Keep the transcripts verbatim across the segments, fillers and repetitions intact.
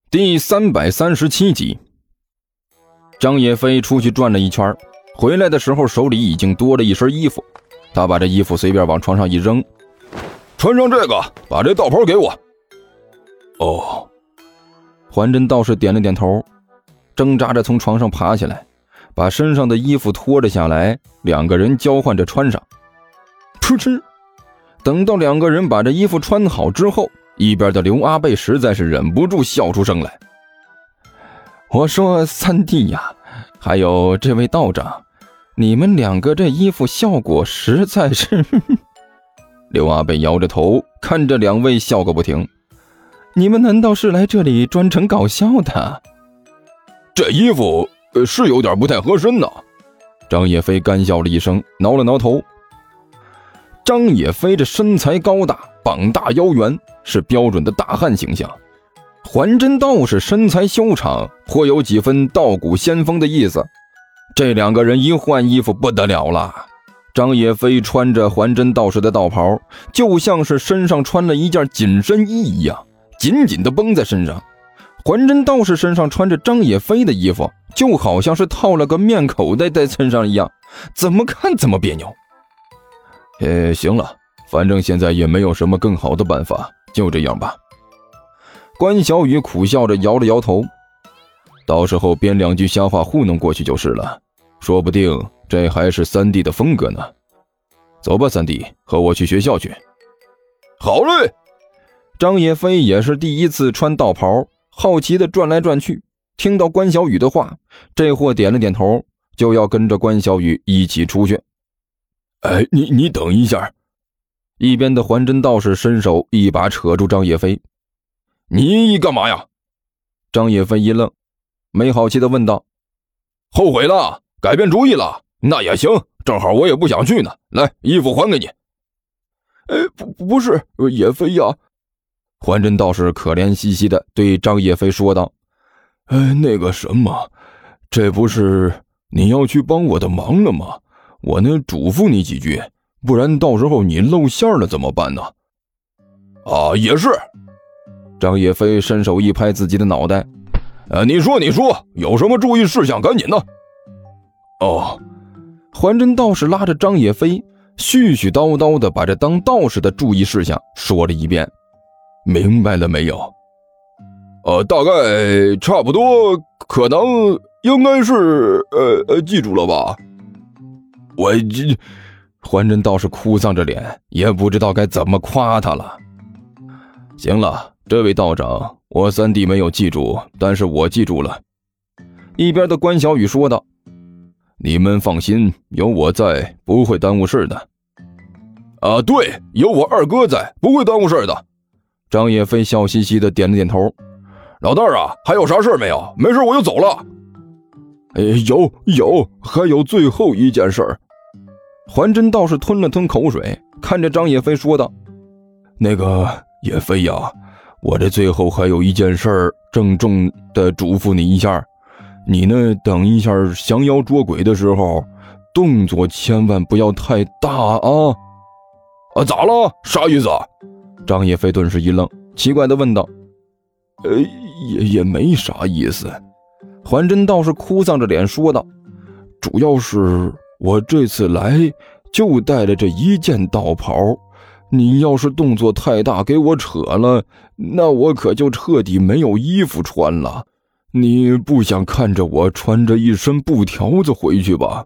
第三百三十七集。张野飞出去转了一圈，回来的时候手里已经多了一身衣服，他把这衣服随便往床上一扔， 穿上这个，把这道袍给我。 哦，还真道士点了点头，挣扎着从床上爬起来，把身上的衣服脱了下来，两个人交换着穿上。噗嗤，等到两个人把这衣服穿好之后，一边的刘阿贝实在是忍不住笑出声来。我说三弟呀，还有这位道长，你们两个这衣服效果实在是刘阿贝摇着头看着两位笑个不停。你们难道是来这里专程搞笑的？ 这衣服、呃、是有点不太合身呢。 张野飞干笑了一声，挠了挠头。张野飞这身材高大，膀大腰圆，是标准的大汉形象。还真道士身材修长，颇有几分道骨仙风的意思。这两个人一换衣服不得了了，张野飞穿着还真道士的道袍，就像是身上穿了一件紧身衣一样，紧紧地绷在身上。还真道士身上穿着张野飞的衣服，就好像是套了个面口袋在身上一样，怎么看怎么别扭。呃，行了，反正现在也没有什么更好的办法，就这样吧。关小雨苦笑着摇了摇头，到时候编两句瞎话糊弄过去就是了，说不定这还是三弟的风格呢。走吧，三弟，和我去学校去。 好嘞。 张野飞也是第一次穿道袍，好奇地转来转去，听到关小雨的话，这货点了点头，就要跟着关小雨一起出去。 哎，你你等一下。 一边的还真道士伸手一把扯住张野飞。 你干嘛呀？ 张野飞一愣，没好气地问道。 后悔了？改变主意了？那也行，正好我也不想去呢，来，衣服还给你。 哎，不不是野飞呀。 还真道士可怜兮兮地对张野飞说道。 哎，那个什么，这不是你要去帮我的忙了吗？我呢嘱咐你几句，不然到时候你露馅了怎么办呢？ 啊，也是。 张野飞伸手一拍自己的脑袋， 呃，你说你说，有什么注意事项赶紧的。 哦，还真道士拉着张野飞，絮絮叨叨地把这当道士的注意事项说了一遍。 明白了没有？ 呃，大概差不多，可能应该是呃呃记住了吧。 我这还真道士哭丧着脸，也不知道该怎么夸他了。行了，这位道长，我三弟没有记住，但是我记住了。一边的关小雨说道。你们放心，有我在，不会耽误事的。 啊，对，有我二哥在，不会耽误事的。 张野飞笑嘻嘻的点了点头。 老大啊，还有啥事没有？没事我就走了。 哎，有有，还有最后一件事儿。 还真道士吞了吞口水，看着张野飞说道。 那个野飞呀，我这最后还有一件事儿，郑重的嘱咐你一下。你呢，等一下降妖捉鬼的时候，动作千万不要太大啊！ 啊，咋了？啥意思啊？ 张野飞顿时一愣，奇怪地问道。 呃，也也没啥意思。 还真道士哭丧着脸说道。 主要是我这次来就带了这一件道袍，你要是动作太大给我扯了，那我可就彻底没有衣服穿了。你不想看着我穿着一身布条子回去吧？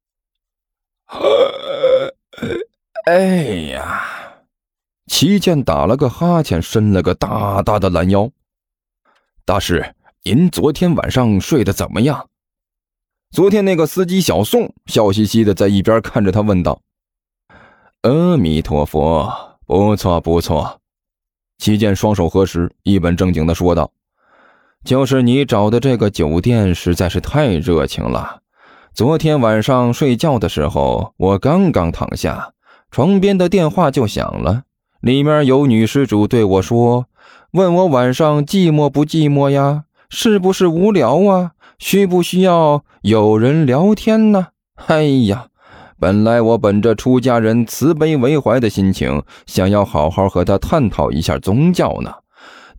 哎呀，齐健打了个哈欠，伸了个大大的懒腰。大师，您昨天晚上睡得怎么样？昨天那个司机小宋笑嘻嘻的在一边看着他问道。阿弥陀佛，不错不错。齐健双手合十，一本正经的说道。就是你找的这个酒店实在是太热情了。昨天晚上睡觉的时候，我刚刚躺下，床边的电话就响了，里面有女施主对我说，问我晚上寂寞不寂寞呀，是不是无聊啊，需不需要有人聊天呢？哎呀，本来我本着出家人慈悲为怀的心情，想要好好和他探讨一下宗教呢，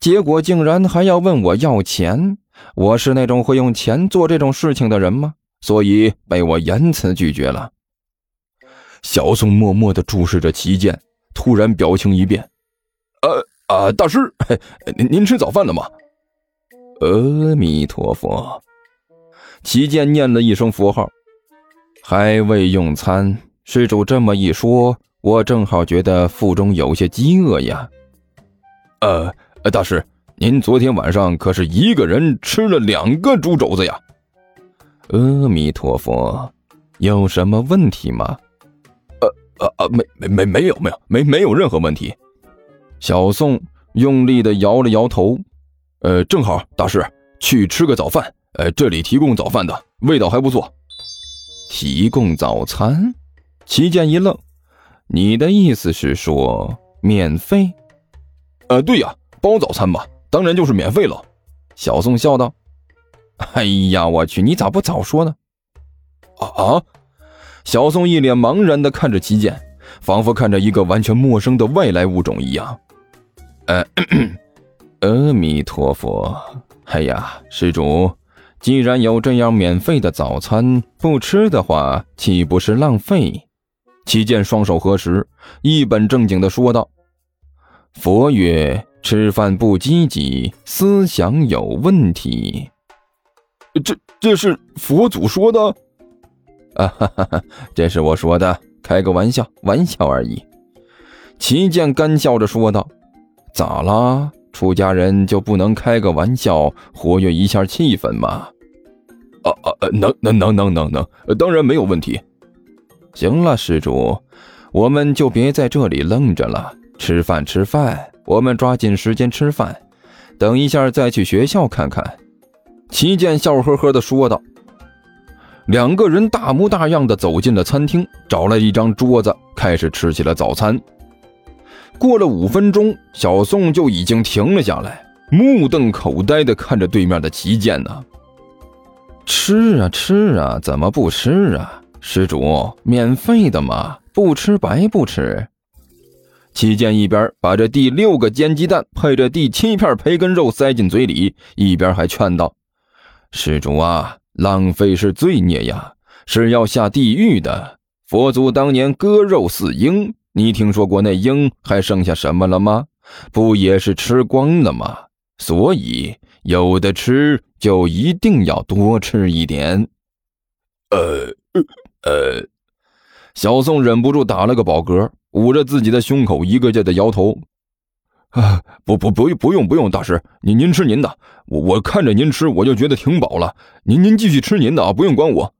结果竟然还要问我要钱。我是那种会用钱做这种事情的人吗？所以被我严词拒绝了。 小宋默默地注视着齐健，突然表情一变。 呃啊，大师，您您吃早饭了吗？ 阿弥陀佛。齐健念了一声佛号。还未用餐，施主这么一说，我正好觉得腹中有些饥饿呀。 呃，大师，您昨天晚上可是一个人吃了两个猪肘子呀？ 阿弥陀佛，有什么问题吗？ 呃呃呃，没没没没有没有没没有任何问题。 小宋用力地摇了摇头。 呃，正好，大师去吃个早饭，呃，这里提供早饭的，味道还不错。 提供早餐？齐健一愣，你的意思是说免费？ 呃，对呀，包早餐嘛，当然就是免费了。 小宋笑道。哎呀，我去，你咋不早说呢？ 啊啊！ 小宋一脸茫然地看着齐健，仿佛看着一个完全陌生的外来物种一样。呃，咳咳阿弥陀佛。哎呀，施主，既然有这样免费的早餐，不吃的话岂不是浪费？齐健双手合十，一本正经地说道。佛曰，吃饭不积极，思想有问题。 这这是佛祖说的？ 啊哈哈哈，这是我说的，开个玩笑，玩笑而已。齐健干笑着说道。咋啦？出家人就不能开个玩笑，活跃一下气氛吗？ 啊啊，能能能能能能，当然没有问题。 行了，施主，我们就别在这里愣着了，吃饭吃饭，我们抓紧时间吃饭，等一下再去学校看看。齐健笑呵呵地说道。两个人大模大样地走进了餐厅，找了一张桌子，开始吃起了早餐。过了五分钟，小宋就已经停了下来，目瞪口呆地看着对面的齐健呢。吃啊吃啊，怎么不吃啊？施主，免费的嘛，不吃白不吃。齐健一边把这第六个煎鸡蛋配着第七片培根肉塞进嘴里，一边还劝道：施主啊，浪费是罪孽呀，是要下地狱的。佛祖当年割肉饲鹰，你听说过那鹰还剩下什么了吗？不也是吃光了吗？所以有的吃就一定要多吃一点。 呃呃， 小宋忍不住打了个饱嗝，捂着自己的胸口，一个劲的摇头。 啊，不不不不用不用，大师，您您吃您的，我我看着您吃，我就觉得挺饱了。您您继续吃您的啊，不用管我。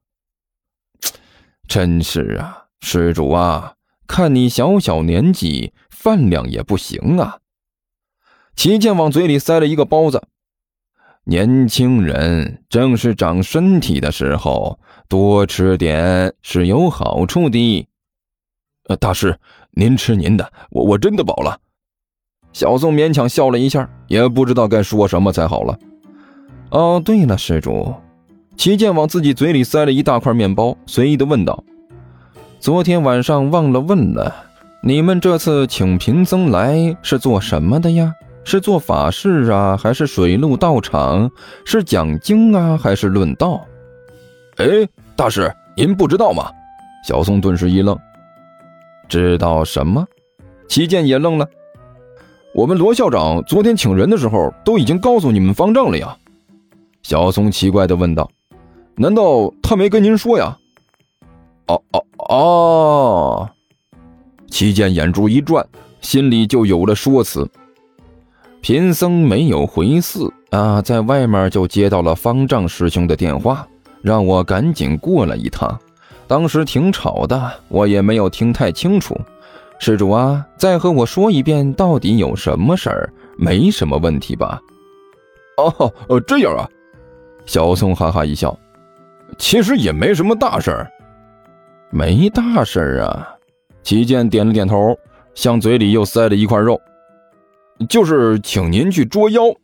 真是啊，施主啊，看你小小年纪，饭量也不行啊。齐健往嘴里塞了一个包子。年轻人正是长身体的时候，多吃点是有好处的。 呃，大师，您吃您的，我我真的饱了。 小宋勉强笑了一下，也不知道该说什么才好了。哦，对了，施主。齐健往自己嘴里塞了一大块面包，随意地问道：昨天晚上忘了问了，你们这次请贫僧来是做什么的呀？是做法事啊，还是水陆道场？是讲经啊，还是论道？ 哎，大师，您不知道吗？ 小宋顿时一愣。知道什么？齐健也愣了。 我们罗校长昨天请人的时候都已经告诉你们方丈了呀。 小宋奇怪地问道。难道他没跟您说呀？ 哦哦哦！ 齐健眼珠一转，心里就有了说辞。贫僧没有回寺啊，在外面就接到了方丈师兄的电话，让我赶紧过来一趟。当时挺吵的，我也没有听太清楚。施主啊，再和我说一遍，到底有什么事儿？没什么问题吧？ 哦，呃，这样啊。 小宋哈哈一笑。 其实也没什么大事儿。 没大事儿啊。齐健点了点头，向嘴里又塞了一块肉。 就是请您去捉妖，